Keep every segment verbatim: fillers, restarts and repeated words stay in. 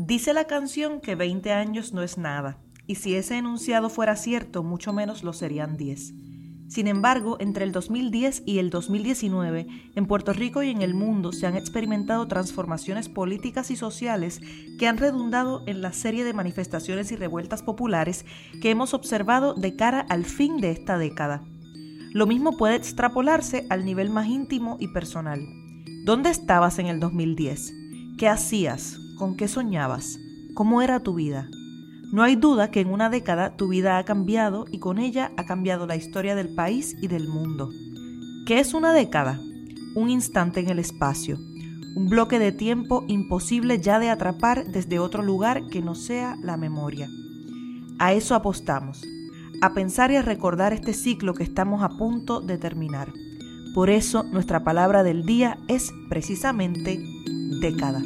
Dice la canción que veinte años no es nada, y si ese enunciado fuera cierto, mucho menos lo serían diez. Sin embargo, entre el dos mil diez y el dos mil diecinueve, en Puerto Rico y en el mundo se han experimentado transformaciones políticas y sociales que han redundado en la serie de manifestaciones y revueltas populares que hemos observado de cara al fin de esta década. Lo mismo puede extrapolarse al nivel más íntimo y personal. ¿Dónde estabas en el dos mil diez? ¿Qué hacías? ¿Con qué soñabas? ¿Cómo era tu vida? No hay duda que en una década tu vida ha cambiado y con ella ha cambiado la historia del país y del mundo. ¿Qué es una década? Un instante en el espacio, un bloque de tiempo imposible ya de atrapar desde otro lugar que no sea la memoria. A eso apostamos, a pensar y a recordar este ciclo que estamos a punto de terminar. Por eso nuestra palabra del día es precisamente década.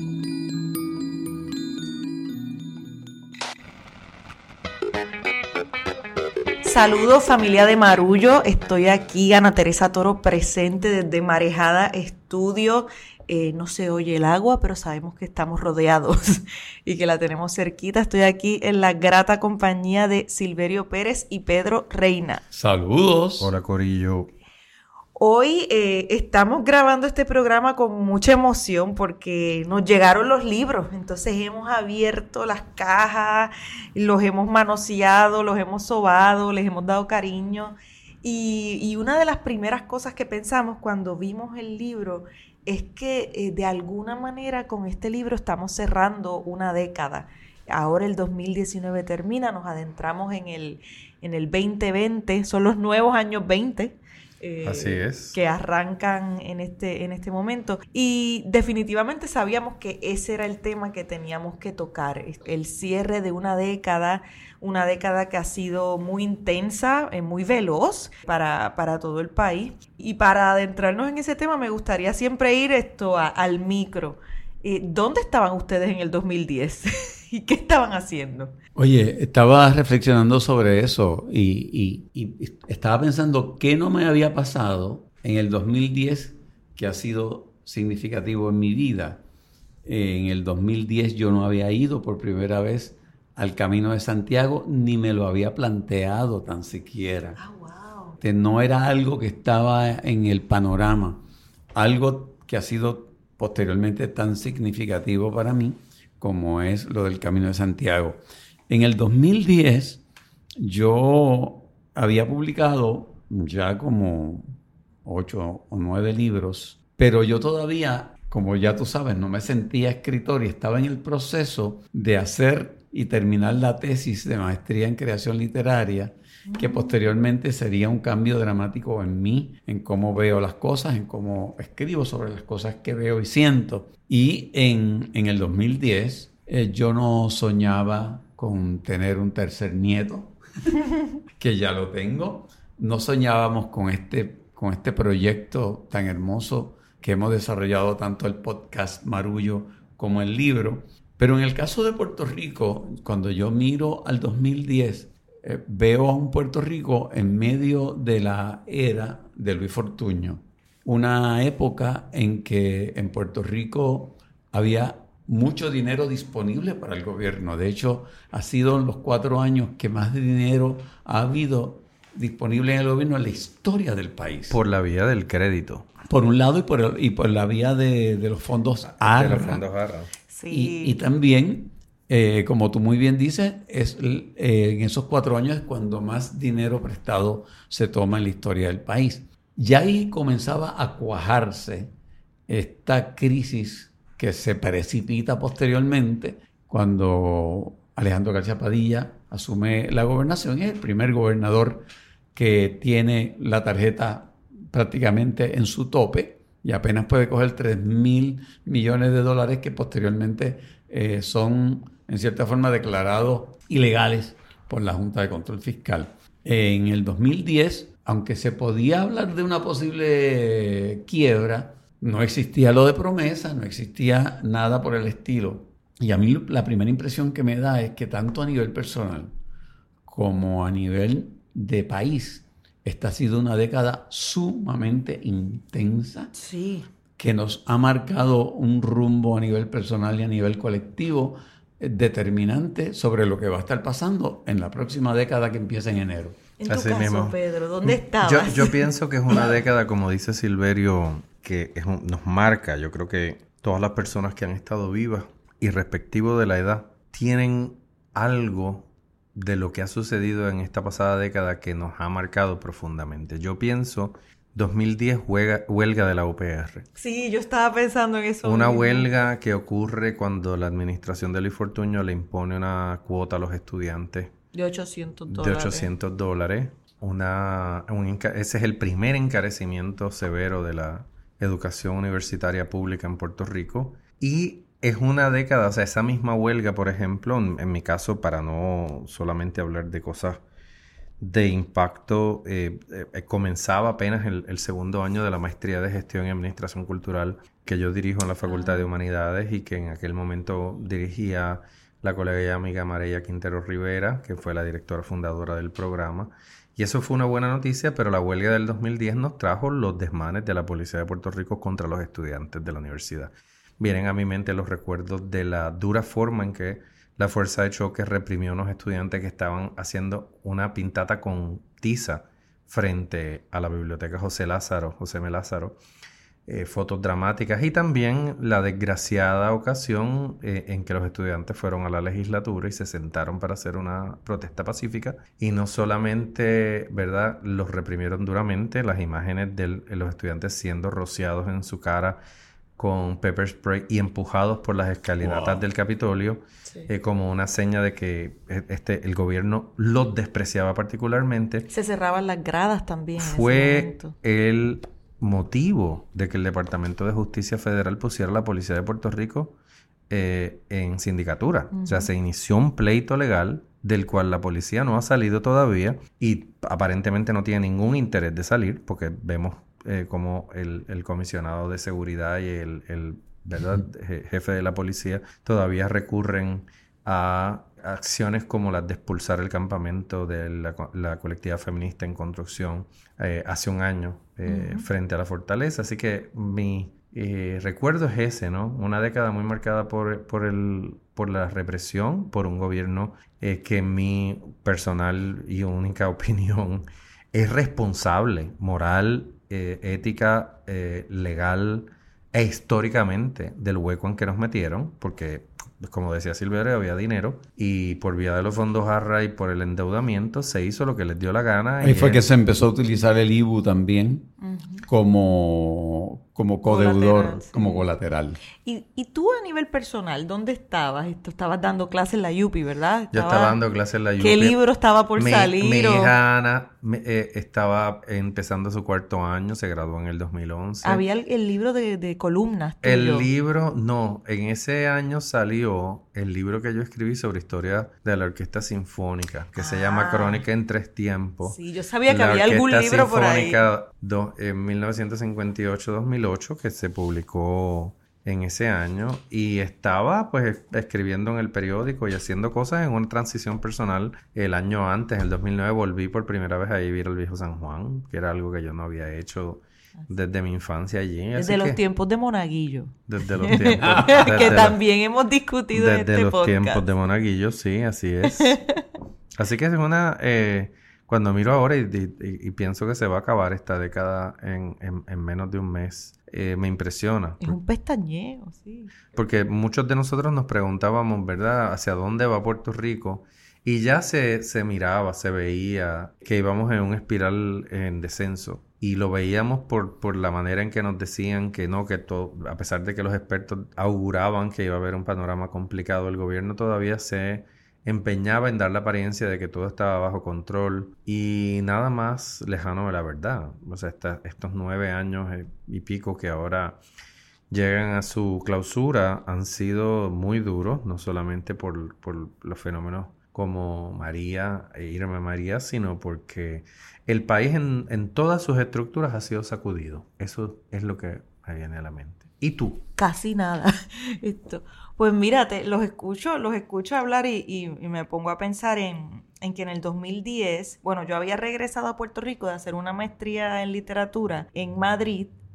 Saludos familia de Marullo, estoy aquí, Ana Teresa Toro presente desde Marejada Estudio. Eh, no se oye el agua, pero sabemos que estamos rodeados y que la tenemos cerquita. Estoy aquí en la grata compañía de Silverio Pérez y Pedro Reina. Saludos. Hola, corillo. Hoy eh, estamos grabando este programa con mucha emoción porque nos llegaron los libros, entonces hemos abierto las cajas, los hemos manoseado, los hemos sobado, les hemos dado cariño y, y una de las primeras cosas que pensamos cuando vimos el libro es que eh, de alguna manera con este libro estamos cerrando una década. Ahora el dos mil diecinueve termina, nos adentramos en el, en el veinte veinte, son los nuevos años veinte. Eh, Así es. Que arrancan en este, en este momento y definitivamente sabíamos que ese era el tema que teníamos que tocar, el cierre de una década, una década que ha sido muy intensa, eh, muy veloz para, para todo el país. Y para adentrarnos en ese tema me gustaría siempre ir esto a, al micro. Eh, ¿Dónde estaban ustedes en el dos mil diez? ¿Y qué estaban haciendo? Oye, estaba reflexionando sobre eso y, y, y estaba pensando qué no me había pasado en el dos mil diez que ha sido significativo en mi vida. En el dos mil diez yo no había ido por primera vez al Camino de Santiago, ni me lo había planteado tan siquiera. Ah, wow. Que no era algo que estaba en el panorama, algo que ha sido posteriormente tan significativo para mí como es lo del Camino de Santiago. En el dos mil diez yo había publicado ya como ocho o nueve libros, pero yo todavía, como ya tú sabes, no me sentía escritor y estaba en el proceso de hacer y terminar la tesis de maestría en creación literaria, que posteriormente sería un cambio dramático en mí, en cómo veo las cosas, en cómo escribo sobre las cosas que veo y siento. Y en, en el dos mil diez eh, yo no soñaba con tener un tercer nieto, que ya lo tengo. No soñábamos con este, con este proyecto tan hermoso que hemos desarrollado tanto el podcast Marullo como el libro. Pero en el caso de Puerto Rico, cuando yo miro al dos mil diez, eh, veo a un Puerto Rico en medio de la era de Luis Fortuño. Una época en que en Puerto Rico había mucho dinero disponible para el gobierno. De hecho, ha sido en los cuatro años que más dinero ha habido disponible en el gobierno en la historia del país. Por la vía del crédito. Por un lado y por, el, y por la vía de, de los fondos ARRA. De los fondos ARRA. Sí. Y, y también, eh, como tú muy bien dices, es eh, en esos cuatro años es cuando más dinero prestado se toma en la historia del país. Ya ahí comenzaba a cuajarse esta crisis que se precipita posteriormente cuando Alejandro García Padilla asume la gobernación. Es el primer gobernador que tiene la tarjeta prácticamente en su tope y apenas puede coger tres mil millones de dólares que posteriormente eh, son, en cierta forma, declarados ilegales por la Junta de Control Fiscal. En el dos mil diez, aunque se podía hablar de una posible quiebra, no existía lo de promesa, no existía nada por el estilo. Y a mí la primera impresión que me da es que tanto a nivel personal como a nivel de país, esta ha sido una década sumamente intensa, Sí. que nos ha marcado un rumbo a nivel personal y a nivel colectivo determinante sobre lo que va a estar pasando en la próxima década que empieza en enero. En tu Así caso, mismo. Pedro, ¿dónde estabas? Yo, yo pienso que es una década, como dice Silverio, que es un- nos marca. Yo creo que todas las personas que han estado vivas, y respectivo de la edad, tienen algo de lo que ha sucedido en esta pasada década que nos ha marcado profundamente. Yo pienso dos mil diez huelga, huelga de la U P R. Sí, yo estaba pensando en eso. Una mismo. huelga que ocurre cuando la administración de Luis Fortuño le impone una cuota a los estudiantes De ochocientos de dólares. ochocientos dólares. Una, un enca- ese es el primer encarecimiento severo de la educación universitaria pública en Puerto Rico. Y es una década, o sea, esa misma huelga, por ejemplo, en, en mi caso, para no solamente hablar de cosas de impacto, eh, eh, comenzaba apenas el, el segundo año de la maestría de gestión y administración cultural que yo dirijo en la Facultad de Humanidades y que en aquel momento dirigía la colega y amiga María Quintero Rivera, que fue la directora fundadora del programa. Y eso fue una buena noticia, pero la huelga del dos mil diez nos trajo los desmanes de la Policía de Puerto Rico contra los estudiantes de la universidad. Vienen a mi mente los recuerdos de la dura forma en que la fuerza de choque reprimió a unos estudiantes que estaban haciendo una pintata con tiza frente a la biblioteca José Lázaro, José M. Lázaro. Eh, fotos dramáticas y también la desgraciada ocasión eh, en que los estudiantes fueron a la legislatura y se sentaron para hacer una protesta pacífica y no solamente, ¿verdad?, los reprimieron duramente, las imágenes de los estudiantes siendo rociados en su cara con pepper spray y empujados por las escalinatas Wow. del Capitolio, Sí. eh, como una seña de que este, el gobierno los despreciaba particularmente. Se cerraban las gradas también. en ese Fue momento. el motivo de que el Departamento de Justicia Federal pusiera a la Policía de Puerto Rico eh, en sindicatura. Ujú. O sea, se inició un pleito legal del cual la policía no ha salido todavía y aparentemente no tiene ningún interés de salir, porque vemos eh, como el, el comisionado de seguridad y el, el ¿verdad? Je- jefe de la policía todavía recurren a acciones como las de expulsar el campamento de la, co- la colectividad feminista en construcción eh, hace un año eh, Ujú. frente a la fortaleza. Así que mi eh, recuerdo es ese, ¿no? Una década muy marcada por, por, el, por la represión, por un gobierno eh, que en mi personal y única opinión es responsable, moral, eh, ética, eh, legal e históricamente del hueco en que nos metieron, porque, como decía Silverio, había dinero y por vía de los fondos ARRA y por el endeudamiento se hizo lo que les dio la gana. Ahí y fue es- que se empezó a utilizar el I B U también Ujú. como, como codeudor, Colateral, sí. como colateral. ¿Y, y tú a nivel personal, dónde estabas? Esto, estabas dando clases en la U P I, ¿verdad? Yo estaba dando clases en la U P I. ¿Qué libro estaba por mi, salir? Mi o- hija Ana me- eh, estaba empezando su cuarto año, se graduó en el dos mil once. Había el, el libro de, de columnas tuyo. El libro, no, en ese año salió el libro que yo escribí sobre historia de la Orquesta Sinfónica, que se llama Ah. Crónica en Tres Tiempos. Sí, yo sabía que La había algún Orquesta libro por ahí. Sinfónica do- en mil novecientos cincuenta y ocho a dos mil ocho, que se publicó en ese año, y estaba pues escribiendo en el periódico y haciendo cosas en una transición personal. El año antes, en el dos mil nueve, volví por primera vez a vivir al Viejo San Juan, que era algo que yo no había hecho desde mi infancia allí. Desde así los que- tiempos de Monaguillo. Desde los tiempos. que desde los- también hemos discutido en desde este los podcast. tiempos de Monaguillo, sí, así es. Así que es una... eh, cuando miro ahora y, y- y pienso que se va a acabar esta década en, en- en menos de un mes, eh, me impresiona. Es un pestañeo, sí. Porque muchos de nosotros nos preguntábamos, ¿verdad?, hacia dónde va Puerto Rico. Y ya se, se miraba, se veía que íbamos en un espiral en descenso. Y lo veíamos por, por la manera en que nos decían que no, que todo, a pesar de que los expertos auguraban que iba a haber un panorama complicado, el gobierno todavía se empeñaba en dar la apariencia de que todo estaba bajo control y nada más lejano de la verdad. O sea, esta- estos nueve años eh, y pico que ahora llegan a su clausura han sido muy duros, no solamente por, por los fenómenos como María e Irma María, sino porque el país en, en todas sus estructuras ha sido sacudido. Eso es lo que me viene a la mente. ¿Y tú? Casi nada. Esto. Pues mírate, los escucho, los escucho hablar y, y- y me pongo a pensar en, en que en el dos mil diez, bueno, yo había regresado a Puerto Rico de hacer una maestría en literatura en Madrid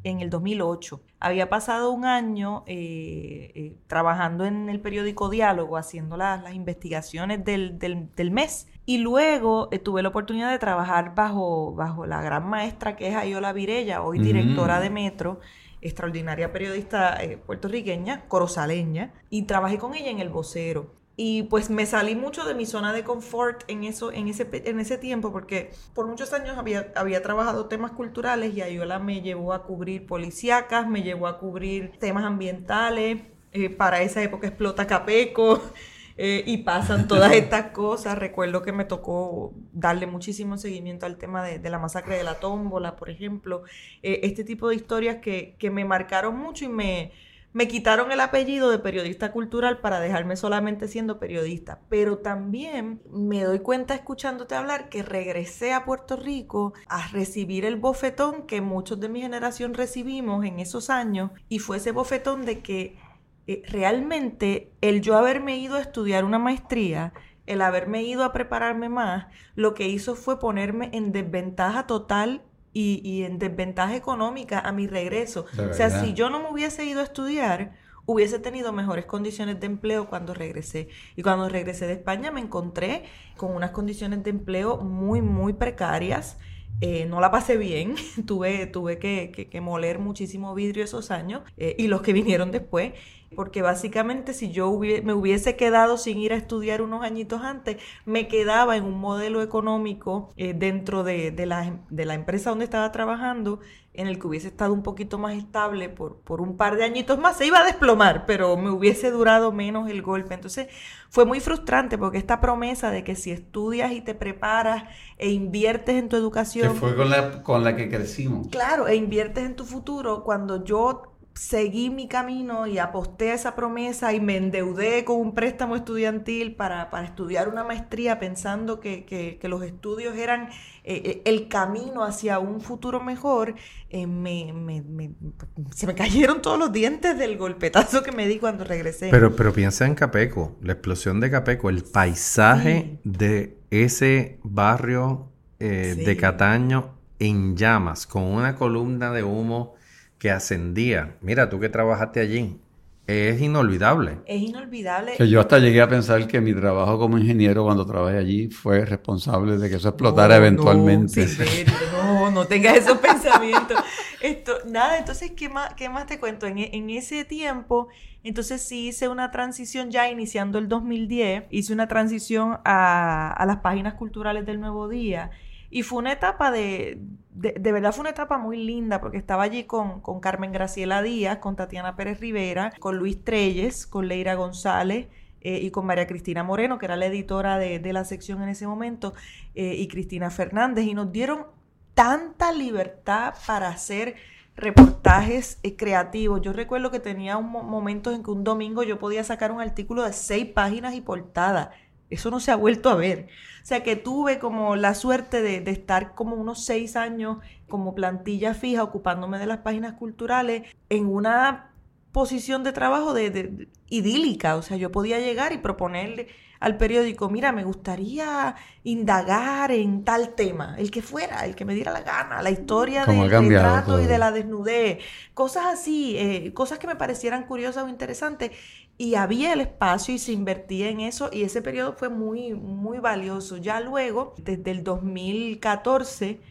en el dos mil ocho. Había pasado un año eh, eh, trabajando en el periódico Diálogo, haciendo las, las investigaciones del, del, del mes. Y luego eh, tuve la oportunidad de trabajar bajo, bajo la gran maestra que es Ayola Virella, hoy directora mm. de Metro, extraordinaria periodista eh, puertorriqueña, corozaleña, y trabajé con ella en El Vocero. Y pues me salí mucho de mi zona de confort en eso, en ese, en ese tiempo, porque por muchos años había, había trabajado temas culturales y Ayola me llevó a cubrir policíacas, me llevó a cubrir temas ambientales, eh, para esa época explota Capeco, eh, y pasan todas estas cosas. Recuerdo que me tocó darle muchísimo seguimiento al tema de, de la masacre de la Tómbola, por ejemplo, eh, este tipo de historias que, que me marcaron mucho y me... Me quitaron el apellido de periodista cultural para dejarme solamente siendo periodista, pero también me doy cuenta escuchándote hablar que regresé a Puerto Rico a recibir el bofetón que muchos de mi generación recibimos en esos años, y fue ese bofetón de que eh, realmente el yo haberme ido a estudiar una maestría, el haberme ido a prepararme más, lo que hizo fue ponerme en desventaja total Y, y en desventaja económica a mi regreso. O sea, si yo no me hubiese ido a estudiar, hubiese tenido mejores condiciones de empleo cuando regresé. Y cuando regresé de España me encontré con unas condiciones de empleo muy, muy precarias. Eh, no la pasé bien, tuve, tuve que, que, que moler muchísimo vidrio esos años, eh, y los que vinieron después, porque básicamente si yo hubiese, me hubiese quedado sin ir a estudiar unos añitos antes, me quedaba en un modelo económico eh, dentro de, de, la, de la empresa donde estaba trabajando, en el que hubiese estado un poquito más estable por, por un par de añitos más. Se iba a desplomar, pero me hubiese durado menos el golpe. Entonces fue muy frustrante, porque esta promesa de que si estudias y te preparas e inviertes en tu educación... Que fue con la, con la que crecimos. Claro, e inviertes en tu futuro. Cuando yo seguí mi camino y aposté a esa promesa y me endeudé con un préstamo estudiantil para, para estudiar una maestría, pensando que, que, que los estudios eran eh, el camino hacia un futuro mejor, eh, me, me, me, se me cayeron todos los dientes del golpetazo que me di cuando regresé. Pero, pero piensa en Capeco, la explosión de Capeco, el paisaje sí. de ese barrio eh, sí. de Cataño en llamas, con una columna de humo que ascendía. Mira, tú que trabajaste allí, es inolvidable. Es inolvidable. Que yo hasta llegué a pensar que mi trabajo como ingeniero cuando trabajé allí fue responsable de que eso explotara no, eventualmente. No, Silverio, no, no tengas esos pensamientos. Esto, nada, entonces, ¿qué más, qué más te cuento? En, en ese tiempo, entonces sí hice una transición ya iniciando el dos mil diez, hice una transición a, a las páginas culturales del Nuevo Día. Y fue una etapa de, de, de verdad fue una etapa muy linda, porque estaba allí con, con Carmen Graciela Díaz, con Tatiana Pérez Rivera, con Luis Treyes, con Leira González eh, y con María Cristina Moreno, que era la editora de, de la sección en ese momento, eh, y Cristina Fernández, y nos dieron tanta libertad para hacer reportajes eh, creativos. Yo recuerdo que tenía un mo- momentos en que un domingo yo podía sacar un artículo de seis páginas y portada. Eso no se ha vuelto a ver. O sea, que tuve como la suerte de, de estar como unos seis años como plantilla fija, ocupándome de las páginas culturales, en una posición de trabajo de, de, de idílica. O sea, yo podía llegar y proponerle al periódico, mira, me gustaría indagar en tal tema, el que fuera, el que me diera la gana, la historia del retrato y de la desnudez, cosas así, eh, cosas que me parecieran curiosas o interesantes. Y había el espacio y se invertía en eso, y ese periodo fue muy, muy valioso. Ya luego, desde el dos mil catorce,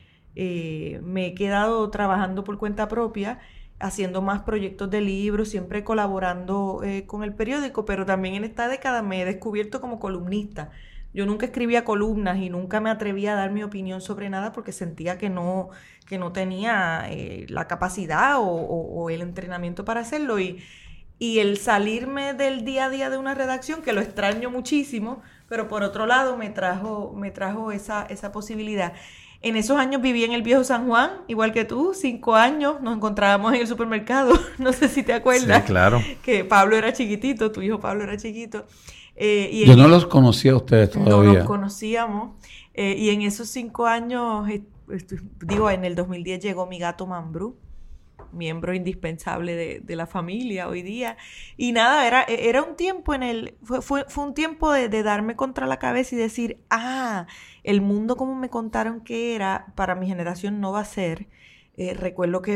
eh, me he quedado trabajando por cuenta propia, haciendo más proyectos de libros, siempre colaborando eh, con el periódico, pero también en esta década me he descubierto como columnista. Yo nunca escribía columnas y nunca me atrevía a dar mi opinión sobre nada, porque sentía que no, que no tenía eh, la capacidad o, o, o el entrenamiento para hacerlo. Y Y el salirme del día a día de una redacción, que lo extraño muchísimo, pero por otro lado me trajo, me trajo esa, esa posibilidad. En esos años viví en el viejo San Juan, igual que tú, cinco años, nos encontrábamos en el supermercado, no sé si te acuerdas. Sí, claro. Que Pablo era chiquitito, tu hijo Pablo era chiquito. Eh, y Yo en, no los conocía a ustedes todavía. No los conocíamos, eh, y en esos cinco años, eh, digo, en el dos mil diez llegó mi gato Mambrú, miembro indispensable de, de la familia hoy día. Y nada, era, era un tiempo en el... Fue, fue, fue un tiempo de, de darme contra la cabeza y decir, ah, el mundo como me contaron que era, para mi generación no va a ser. Eh, recuerdo que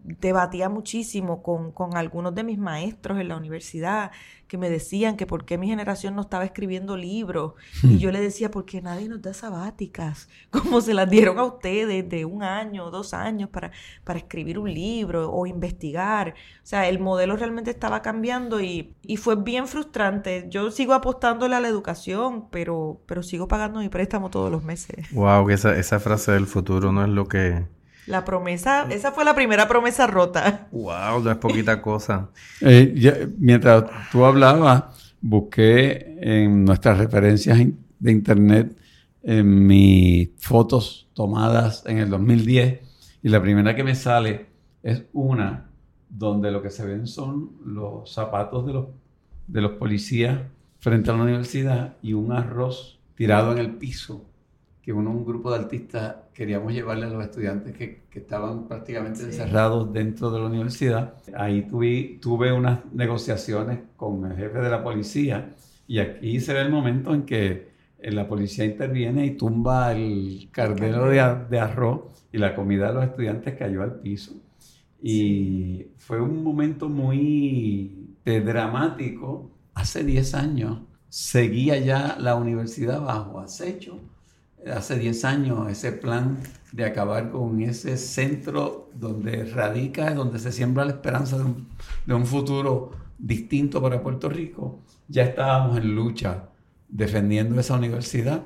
debatía muchísimo con, con algunos de mis maestros en la universidad que me decían que por qué mi generación no estaba escribiendo libros. Hmm. Y yo le decía, porque nadie nos da sabáticas, como se las dieron a ustedes de un año, dos años para, para escribir un libro o investigar. O sea, el modelo realmente estaba cambiando y, y fue bien frustrante. Yo sigo apostándole a la educación, pero, pero sigo pagando mi préstamo todos los meses. Wow, que esa, esa frase del futuro no es lo que... La promesa, esa fue la primera promesa rota. Wow, no es poquita cosa. Eh, ya, mientras tú hablabas, busqué en nuestras referencias de internet en mis fotos tomadas en el dos mil diez y la primera que me sale es una donde lo que se ven son los zapatos de los, de los policías frente a la universidad y un arroz tirado en el piso que uno, un grupo de artistas queríamos llevarle a los estudiantes que, que estaban prácticamente sí. encerrados dentro de la universidad. Ahí tuve, tuve unas negociaciones con el jefe de la policía y aquí se ve el momento en que la policía interviene y tumba el cardero de, de arroz y la comida de los estudiantes cayó al piso. Y sí. fue un momento muy dramático. Hace diez años seguía ya la universidad bajo acecho. Hace diez años ese plan de acabar con ese centro donde radica, donde se siembra la esperanza de un, de un futuro distinto para Puerto Rico, ya estábamos en lucha defendiendo esa universidad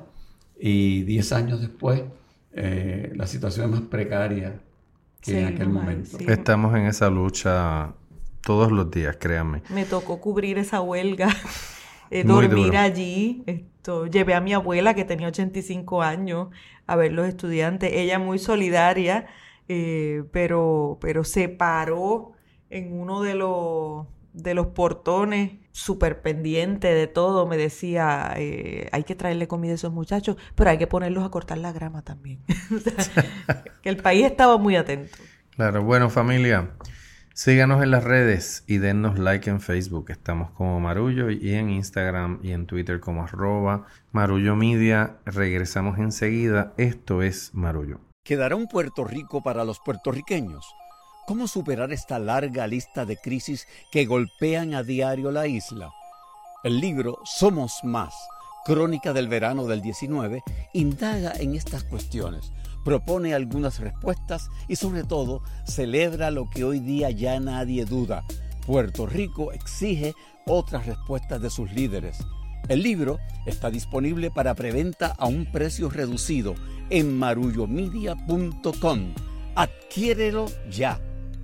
y diez años después eh, la situación es más precaria que sí, en aquel momento. Sí. Estamos en esa lucha todos los días, créanme. Me tocó cubrir esa huelga. Eh, dormir allí, esto, llevé a mi abuela que tenía ochenta y cinco años a ver los estudiantes, ella muy solidaria, eh, pero, pero se paró en uno de los, de los portones, súper pendiente de todo, me decía, eh, hay que traerle comida a esos muchachos, pero hay que ponerlos a cortar la grama también. O sea, que el país estaba muy atento. Claro, bueno familia, síganos en las redes y dennos like en Facebook. Estamos como Marullo y en Instagram y en Twitter como arroba Marullo Media. Regresamos enseguida. Esto es Marullo. ¿Quedará un Puerto Rico para los puertorriqueños? ¿Cómo superar esta larga lista de crisis que golpean a diario la isla? El libro Somos Más, Crónica del Verano del diecinueve, indaga en estas cuestiones. Propone algunas respuestas y sobre todo celebra lo que hoy día ya nadie duda. Puerto Rico exige otras respuestas de sus líderes. El libro está disponible para preventa a un precio reducido en marullo media punto com. Adquiérelo ya.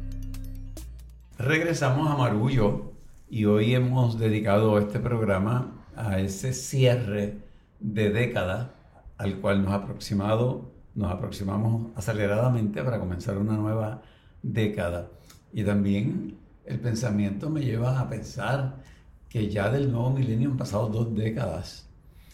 Regresamos a Marullo y hoy hemos dedicado este programa a ese cierre de década al cual nos ha aproximado Nos aproximamos aceleradamente para comenzar una nueva década. Y también el pensamiento me lleva a pensar que ya del nuevo milenio han pasado dos décadas.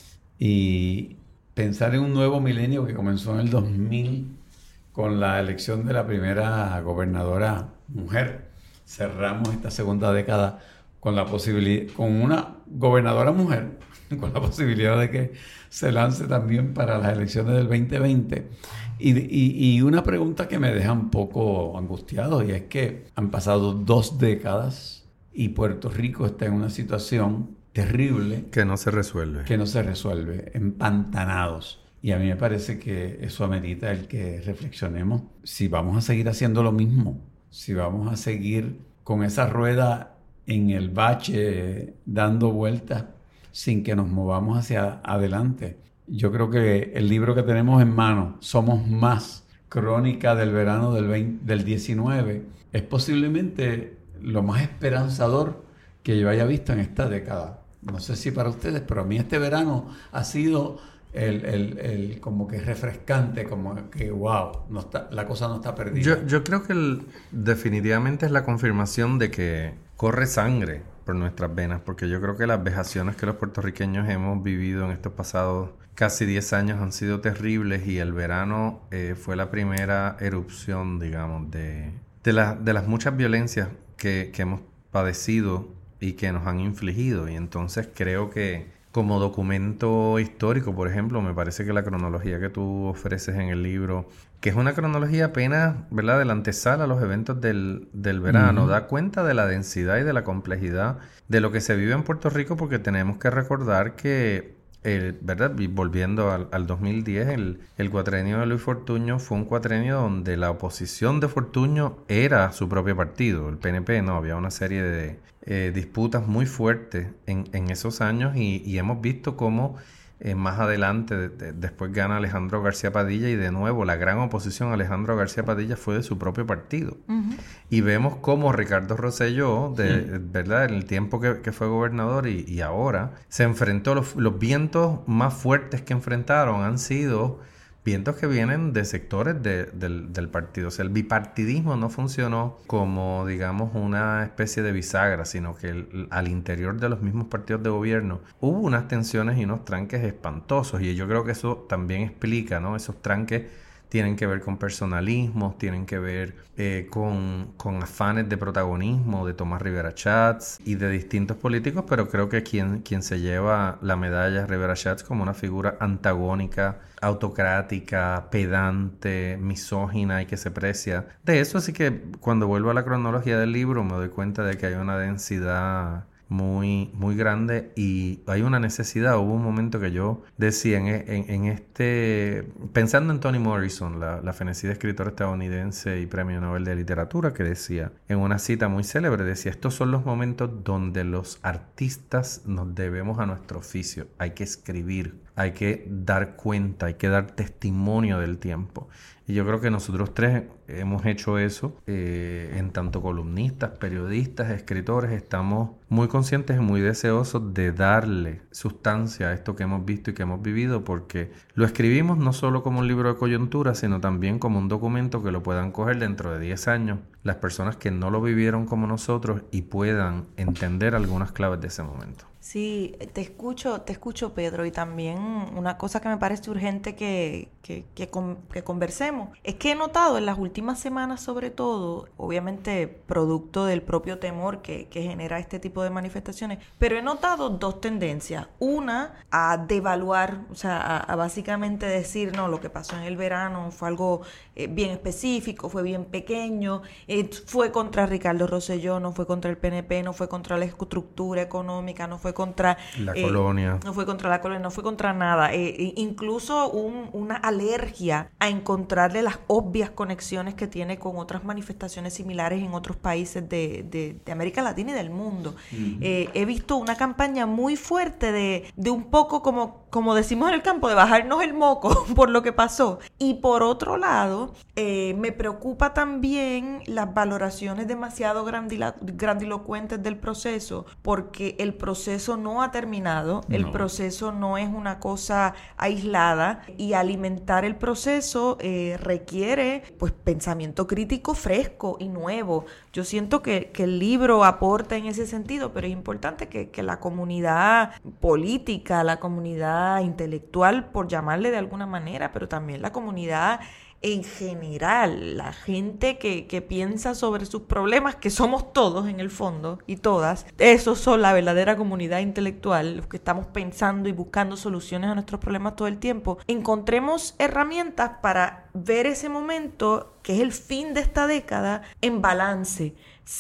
Y pensar en un nuevo milenio que comenzó en el dos mil con la elección de la primera gobernadora mujer. Cerramos esta segunda década con la posibilidad, con una gobernadora mujer, con la posibilidad de que se lance también para las elecciones del veinte veinte. Y, y, y una pregunta que me deja un poco angustiado, y es que han pasado dos décadas y Puerto Rico está en una situación terrible. Que no se resuelve. Que no se resuelve, empantanados. Y a mí me parece que eso amerita el que reflexionemos si vamos a seguir haciendo lo mismo, si vamos a seguir con esa rueda en el bache dando vueltas sin que nos movamos hacia adelante. Yo creo que el libro que tenemos en mano, Somos Más, Crónica del Verano del, veinte, del diecinueve, es posiblemente lo más esperanzador que yo haya visto en esta década. No sé si para ustedes, pero a mí este verano ha sido el, el, el como que refrescante, como que wow, no está, la cosa no está perdida. Yo, yo creo que el, definitivamente es la confirmación de que corre sangre por nuestras venas, porque yo creo que las vejaciones que los puertorriqueños hemos vivido en estos pasados casi diez años han sido terribles y el verano eh, fue la primera erupción, digamos, de, de, la, de las muchas violencias que, que hemos padecido y que nos han infligido. Y entonces creo que como documento histórico, por ejemplo, me parece que la cronología que tú ofreces en el libro, que es una cronología apenas, ¿verdad?, de la antesala a los eventos del, del verano, uh-huh. da cuenta de la densidad y de la complejidad de lo que se vive en Puerto Rico, porque tenemos que recordar que, el, ¿verdad?, y volviendo al, al dos mil diez, el, el cuatrenio de Luis Fortuño fue un cuatrenio donde la oposición de Fortuño era su propio partido, el P N P, no, había una serie de eh, disputas muy fuertes en, en esos años y, y hemos visto cómo Eh, más adelante, de, de, después gana Alejandro García Padilla y de nuevo la gran oposición a Alejandro García Padilla fue de su propio partido. Uh-huh. Y vemos cómo Ricardo Rosselló, de, sí. ¿verdad?, en el tiempo que, que fue gobernador y, y ahora, se enfrentó, los, los vientos más fuertes que enfrentaron han sido vientos que vienen de sectores de, del, del partido. O sea, el bipartidismo no funcionó como, digamos, una especie de bisagra, sino que el, al interior de los mismos partidos de gobierno hubo unas tensiones y unos tranques espantosos. Y yo creo que eso también explica, ¿no? Esos tranques tienen que ver con personalismos, tienen que ver eh, con, con afanes de protagonismo de Tomás Rivera Schatz y de distintos políticos, pero creo que quien, quien se lleva la medalla es Rivera Schatz como una figura antagónica, autocrática, pedante, misógina y que se precia de eso. Así que cuando vuelvo a la cronología del libro me doy cuenta de que hay una densidad muy, muy grande y hay una necesidad. Hubo un momento que yo decía en, en, en este, pensando en Toni Morrison, la, la fenecida escritora estadounidense y premio Nobel de Literatura, que decía en una cita muy célebre, decía: estos son los momentos donde los artistas nos debemos a nuestro oficio. Hay que escribir, hay que dar cuenta, hay que dar testimonio del tiempo. Y yo creo que nosotros tres hemos hecho eso, eh, en tanto columnistas, periodistas, escritores, estamos muy conscientes y muy deseosos de darle sustancia a esto que hemos visto y que hemos vivido, porque lo escribimos no solo como un libro de coyuntura, sino también como un documento que lo puedan coger dentro de diez años las personas que no lo vivieron como nosotros y puedan entender algunas claves de ese momento. Sí, te escucho, te escucho, Pedro, y también una cosa que me parece urgente que, que, que, con, que conversemos es que he notado en las últimas semanas, sobre todo, obviamente producto del propio temor que, que genera este tipo de manifestaciones, pero he notado dos tendencias. Una, a devaluar, o sea, a, a básicamente decir, no, lo que pasó en el verano fue algo eh, bien específico, fue bien pequeño, eh, fue contra Ricardo Rosselló, no fue contra el P N P, no fue contra la estructura económica, no fue contra la eh, colonia. No fue contra la colonia, no fue contra nada. Eh, incluso un, una alergia a encontrarle las obvias conexiones que tiene con otras manifestaciones similares en otros países de, de, de América Latina y del mundo. Uh-huh. Eh, he visto una campaña muy fuerte de, de un poco, como, como decimos en el campo, de bajarnos el moco por lo que pasó. Y por otro lado, eh, me preocupa también las valoraciones demasiado grandila- grandilocuentes del proceso, porque el proceso no ha terminado, no. El proceso no es una cosa aislada y alimentar el proceso eh, requiere pues pensamiento crítico fresco y nuevo. Yo siento que, que el libro aporta en ese sentido, pero es importante que, que la comunidad política, la comunidad intelectual, por llamarle de alguna manera, pero también la comunidad en general, la gente que, que piensa sobre sus problemas, que somos todos en el fondo y todas, esos son la verdadera comunidad intelectual, los que estamos pensando y buscando soluciones a nuestros problemas todo el tiempo. Encontremos herramientas para ver ese momento, que es el fin de esta década, en balance,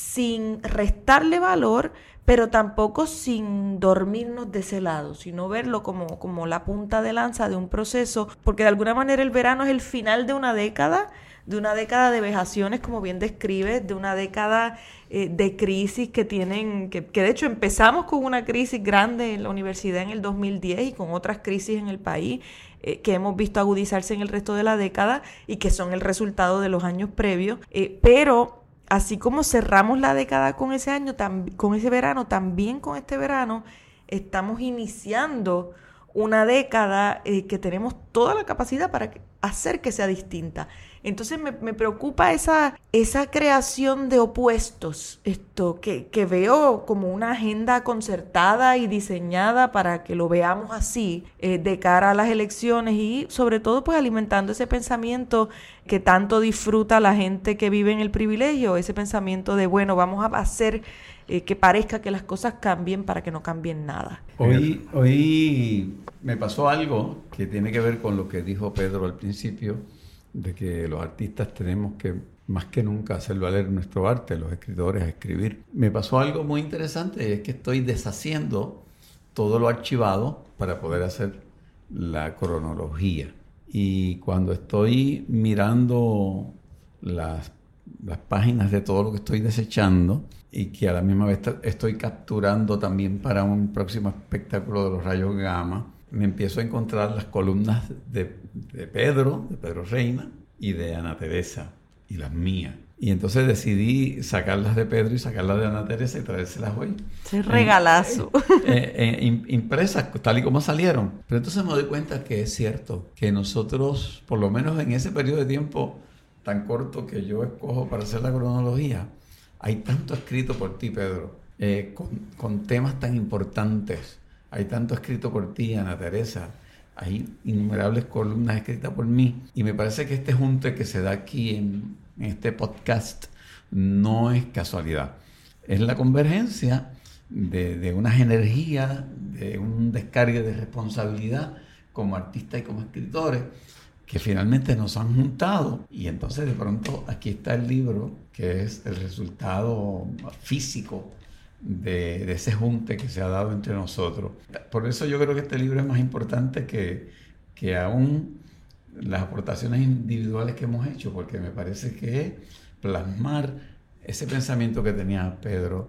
sin restarle valor, pero tampoco sin dormirnos de ese lado, sino verlo como, como la punta de lanza de un proceso, porque de alguna manera el verano es el final de una década, de una década de vejaciones, como bien describes, de una década eh, de crisis que tienen, que, que de hecho empezamos con una crisis grande en la universidad en el dos mil diez y con otras crisis en el país eh, que hemos visto agudizarse en el resto de la década y que son el resultado de los años previos, eh, pero así como cerramos la década con ese año, tam- con ese verano, también con este verano estamos iniciando una década eh, que tenemos toda la capacidad para que, hacer que sea distinta. Entonces me, me preocupa esa, esa creación de opuestos, esto que, que veo como una agenda concertada y diseñada para que lo veamos así eh, de cara a las elecciones y sobre todo pues alimentando ese pensamiento que tanto disfruta la gente que vive en el privilegio, ese pensamiento de bueno, vamos a hacer eh, que parezca que las cosas cambien para que no cambien nada. Hoy, hoy me pasó algo que tiene que ver con lo que dijo Pedro al principio, de que los artistas tenemos que más que nunca hacer valer nuestro arte, los escritores a escribir. Me pasó algo muy interesante, y es que estoy deshaciendo todo lo archivado para poder hacer la cronología. Y cuando estoy mirando las, las páginas de todo lo que estoy desechando y que a la misma vez estoy capturando también para un próximo espectáculo de los rayos gamma, me empiezo a encontrar las columnas de, de Pedro, de Pedro Reina y de Ana Teresa y las mías. Y entonces decidí sacarlas de Pedro y sacarlas de Ana Teresa y traérselas hoy. ¡Qué regalazo! Eh, eh, eh, impresas tal y como salieron. Pero entonces me doy cuenta que es cierto que nosotros, por lo menos en ese periodo de tiempo tan corto que yo escojo para hacer la cronología, hay tanto escrito por ti, Pedro, eh, con, con temas tan importantes. Hay tanto escrito por ti, Ana Teresa. Hay innumerables columnas escritas por mí. Y me parece que este junte que se da aquí en, en este podcast no es casualidad. Es la convergencia de, de unas energías, de un descargue de responsabilidad como artistas y como escritores que finalmente nos han juntado. Y entonces de pronto aquí está el libro, que es el resultado físico De, de ese junte que se ha dado entre nosotros. Por eso yo creo que este libro es más importante que, que aún las aportaciones individuales que hemos hecho, porque me parece que plasmar ese pensamiento que tenía Pedro,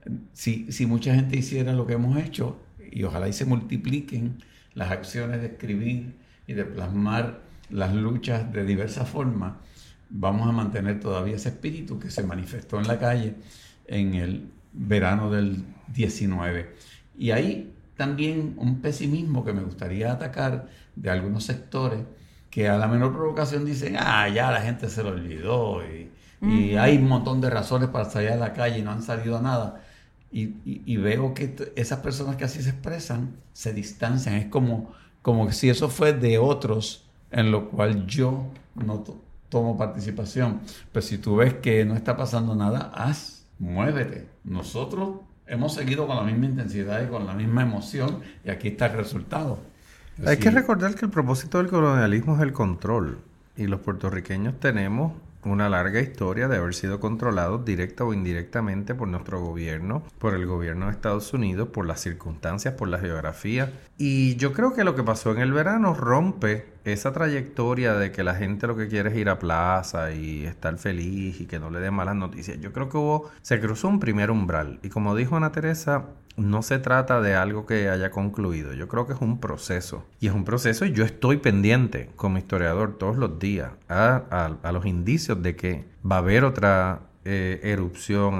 si, si mucha gente hiciera lo que hemos hecho, y ojalá y se multipliquen las acciones de escribir y de plasmar las luchas de diversas formas, vamos a mantener todavía ese espíritu que se manifestó en la calle en el verano del diecinueve. Y hay también un pesimismo que me gustaría atacar de algunos sectores que a la menor provocación dicen, ah, ya la gente se lo olvidó y, uh-huh. y hay un montón de razones para salir a la calle y no han salido a nada. Y, y, y veo que t- esas personas que así se expresan se distancian. Es como, como si eso fue de otros en lo cual yo no to- tomo participación. Pero si tú ves que no está pasando nada, haz. Muévete. Nosotros hemos seguido con la misma intensidad y con la misma emoción y aquí está el resultado. Así, hay que recordar que el propósito del colonialismo es el control y los puertorriqueños tenemos una larga historia de haber sido controlados directa o indirectamente por nuestro gobierno, por el gobierno de Estados Unidos, por las circunstancias, por la geografía. Y yo creo que lo que pasó en el verano rompe esa trayectoria de que la gente lo que quiere es ir a plaza y estar feliz y que no le den malas noticias. Yo creo que hubo, se cruzó un primer umbral. Y como dijo Ana Teresa, no se trata de algo que haya concluido. Yo creo que es un proceso. Y es un proceso y yo estoy pendiente como historiador todos los días a, a, a los indicios de que va a haber otra eh, erupción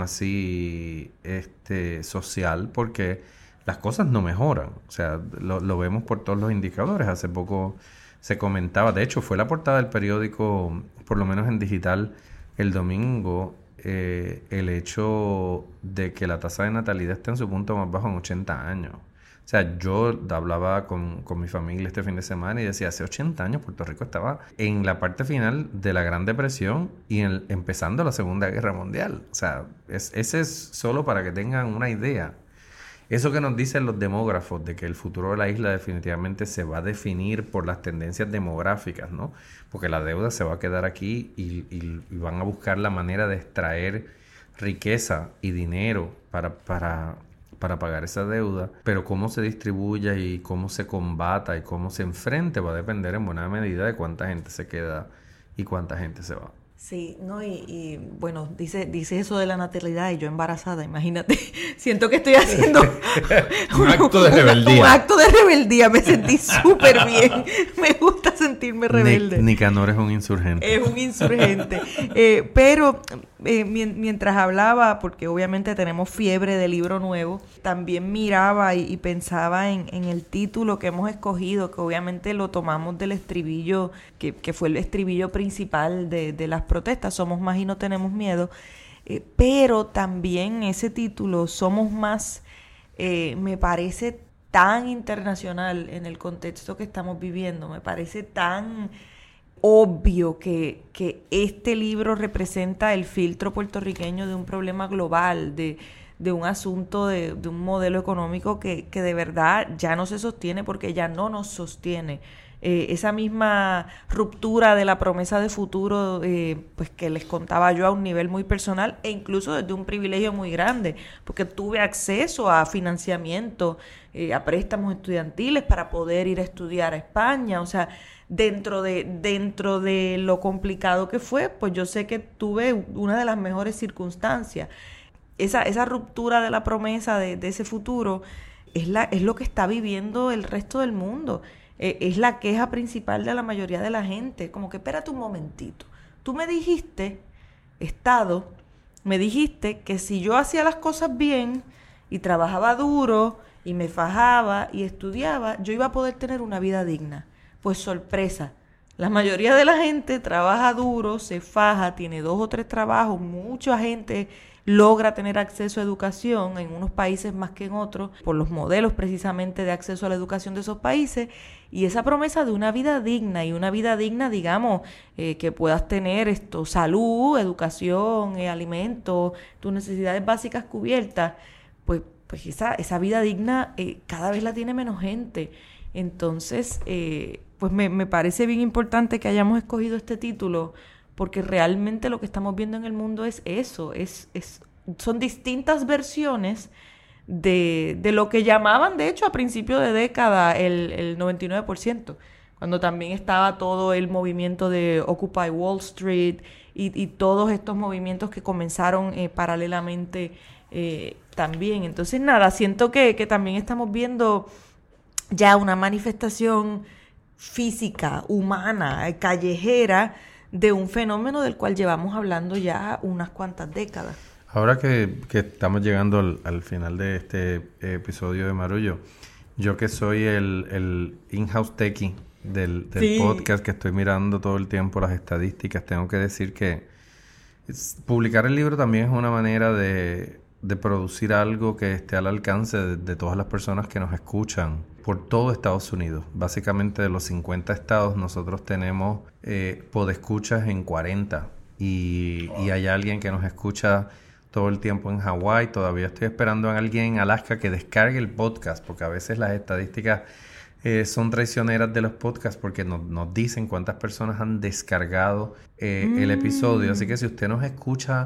así este, social porque las cosas no mejoran. O sea, lo, lo vemos por todos los indicadores. Hace poco se comentaba, de hecho fue la portada del periódico, por lo menos en digital, el domingo, eh, el hecho de que la tasa de natalidad está en su punto más bajo en ochenta años. O sea, yo hablaba con, con mi familia este fin de semana y decía, hace ochenta años Puerto Rico estaba en la parte final de la Gran Depresión y en, empezando la Segunda Guerra Mundial. O sea, es, ese es solo para que tengan una idea. Eso que nos dicen los demógrafos de que el futuro de la isla definitivamente se va a definir por las tendencias demográficas, ¿no? Porque la deuda se va a quedar aquí y, y, y van a buscar la manera de extraer riqueza y dinero para, para, para pagar esa deuda. Pero cómo se distribuya y cómo se combata y cómo se enfrente va a depender en buena medida de cuánta gente se queda y cuánta gente se va. Sí, no, y, y bueno, dice, dice eso de la natalidad y yo embarazada, imagínate, siento que estoy haciendo un acto de rebeldía. Un acto de rebeldía, me sentí súper bien, me gusta sentirme rebelde. Nicanor es un insurgente. Es un insurgente, eh, pero eh, mientras hablaba, porque obviamente tenemos fiebre de libro nuevo, también miraba y, y pensaba en, en el título que hemos escogido, que obviamente lo tomamos del estribillo, que, que fue el estribillo principal de, de las protestas, Somos Más y No Tenemos Miedo, eh, pero también ese título, Somos Más, eh, me parece tan internacional en el contexto que estamos viviendo, me parece tan obvio que, que este libro representa el filtro puertorriqueño de un problema global, de, de un asunto, de, de un modelo económico que, que de verdad ya no se sostiene porque ya no nos sostiene. Eh, esa misma ruptura de la promesa de futuro, eh, pues que les contaba yo a un nivel muy personal e incluso desde un privilegio muy grande, porque tuve acceso a financiamiento, eh, a préstamos estudiantiles para poder ir a estudiar a España, o sea, dentro de, dentro de lo complicado que fue, pues yo sé que tuve una de las mejores circunstancias. Esa, esa ruptura de la promesa de, de ese futuro es, la, es lo que está viviendo el resto del mundo. Eh, es la queja principal de la mayoría de la gente. Como que espérate un momentito. Tú me dijiste, Estado, me dijiste que si yo hacía las cosas bien y trabajaba duro y me fajaba y estudiaba, yo iba a poder tener una vida digna. Pues sorpresa, la mayoría de la gente trabaja duro, se faja, tiene dos o tres trabajos, mucha gente logra tener acceso a educación en unos países más que en otros, por los modelos precisamente de acceso a la educación de esos países, y esa promesa de una vida digna, y una vida digna, digamos, eh, que puedas tener esto, salud, educación, eh, alimentos, tus necesidades básicas cubiertas, pues, pues esa, esa vida digna eh, cada vez la tiene menos gente. Entonces, eh, pues me, me parece bien importante que hayamos escogido este título, porque realmente lo que estamos viendo en el mundo es eso, es, es, son distintas versiones de, de lo que llamaban, de hecho, a principio de década, el, el noventa y nueve por ciento, cuando también estaba todo el movimiento de Occupy Wall Street y, y todos estos movimientos que comenzaron eh, paralelamente eh, también. Entonces, nada, siento que, que también estamos viendo ya una manifestación física, humana, callejera, de un fenómeno del cual llevamos hablando ya unas cuantas décadas. Ahora que, que estamos llegando al, al final de este episodio de Marullo, yo que soy el, el in-house techie del, del sí. podcast, que estoy mirando todo el tiempo las estadísticas, tengo que decir que es, publicar el libro también es una manera de, de producir algo que esté al alcance de, de todas las personas que nos escuchan por todo Estados Unidos. Básicamente de los cincuenta estados nosotros tenemos eh, podescuchas en cuarenta y, y hay alguien que nos escucha todo el tiempo en Hawái. Todavía estoy esperando a alguien en Alaska que descargue el podcast, porque a veces las estadísticas eh, son traicioneras de los podcasts porque nos, nos dicen cuántas personas han descargado eh, mm. el episodio. Así que si usted nos escucha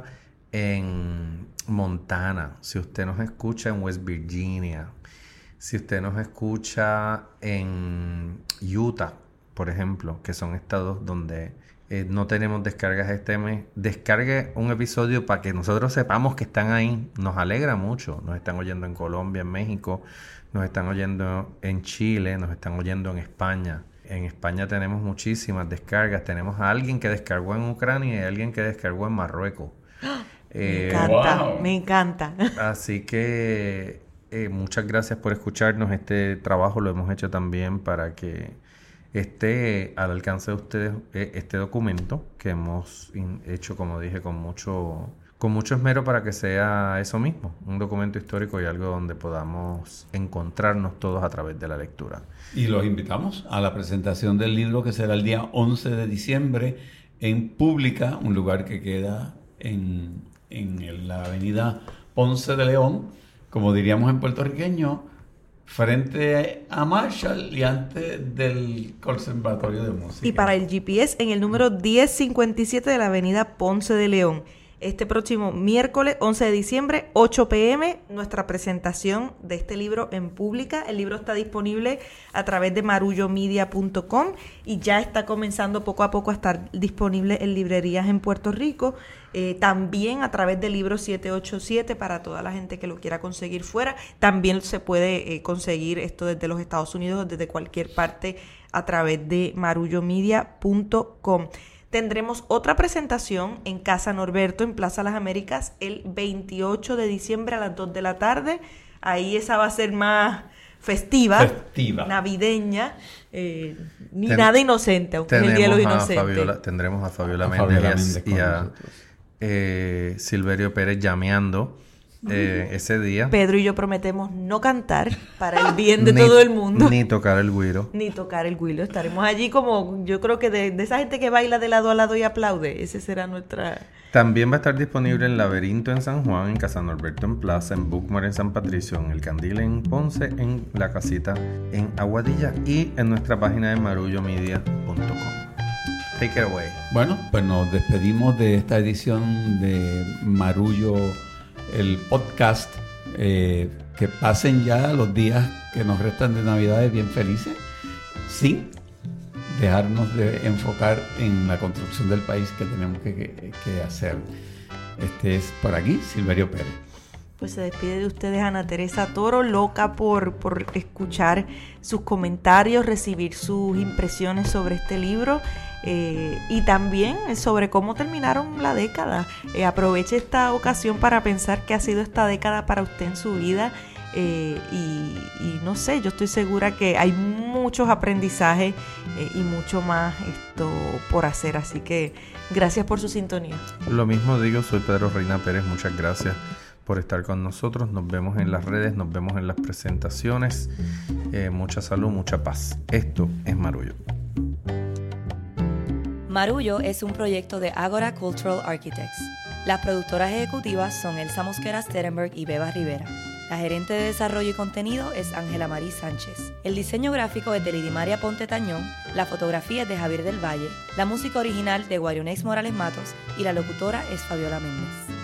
en Montana, si usted nos escucha en West Virginia, si usted nos escucha en Utah, por ejemplo, que son estados donde eh, no tenemos descargas este mes, descargue un episodio para que nosotros sepamos que están ahí. Nos alegra mucho. Nos están oyendo en Colombia, en México, nos están oyendo en Chile, nos están oyendo en España. En España tenemos muchísimas descargas. Tenemos a alguien que descargó en Ucrania y a alguien que descargó en Marruecos. Me eh, encanta, wow. me encanta. Así que eh, muchas gracias por escucharnos. Este trabajo lo hemos hecho también para que esté al alcance de ustedes eh, este documento que hemos in- hecho, como dije, con mucho, con mucho esmero para que sea eso mismo, un documento histórico y algo donde podamos encontrarnos todos a través de la lectura. Y los invitamos a la presentación del libro que será el día once de diciembre en Pública, un lugar que queda en, en la avenida Ponce de León, como diríamos en puertorriqueño, frente a Marshall y antes del Conservatorio de Música. Y para el G P S en el número diez cincuenta y siete de la avenida Ponce de León. Este próximo miércoles once de diciembre, ocho p.m., nuestra presentación de este libro en Pública. El libro está disponible a través de marullo media punto com y ya está comenzando poco a poco a estar disponible en librerías en Puerto Rico. Eh, también a través del libro siete ocho siete para toda la gente que lo quiera conseguir fuera. También se puede eh, conseguir esto desde los Estados Unidos, desde cualquier parte, a través de marullo media punto com. Tendremos otra presentación en Casa Norberto, en Plaza Las Américas, el veintiocho de diciembre a las dos de la tarde. Ahí esa va a ser más festiva, festiva. navideña, eh, ni Ten, nada inocente, aunque es el Día de los Inocentes. Fabiola, tendremos a Fabiola a Méndez Fabiola y a, Méndez y a eh, Silverio Pérez llameando eh, ese día. Pedro y yo prometemos no cantar para el bien de ni, todo el mundo. Ni tocar el güiro. Ni tocar el güiro. Estaremos allí como, yo creo que de, de esa gente que baila de lado a lado y aplaude. Ese será nuestra... También va a estar disponible en Laberinto en San Juan, en Casa Norberto en Plaza, en Bookmore en San Patricio, en El Candil en Ponce, en La Casita en Aguadilla y en nuestra página de marullo media punto com. Take it away. Bueno, pues nos despedimos de esta edición de Marullo, el podcast. Eh, que pasen ya los días que nos restan de Navidades bien felices, sin dejarnos de enfocar en la construcción del país que tenemos que, que, que hacer. Este es por aquí Silverio Pérez. Pues se despide de ustedes Ana Teresa Toro, loca por, por escuchar sus comentarios, recibir sus impresiones sobre este libro eh, y también sobre cómo terminaron la década. Eh, aproveche esta ocasión para pensar qué ha sido esta década para usted en su vida. Eh, y, y no sé, yo estoy segura que hay muchos aprendizajes eh, y mucho más esto por hacer, así que gracias por su sintonía. Lo mismo digo, soy Pedro Reina Pérez, muchas gracias por estar con nosotros, nos vemos en las redes, nos vemos en las presentaciones, eh, mucha salud, mucha paz. Esto es Marullo. Marullo es un proyecto de Ágora Cultural Architects. Las productoras ejecutivas son Elsa Mosquera Sterenberg y Beba Rivera. La gerente de desarrollo y contenido es Ángela Marí Sánchez. El diseño gráfico es de Lidimaria Ponte Tañón, la fotografía es de Javier del Valle, la música original de Guarionex Morales Matos y la locutora es Fabiola Méndez.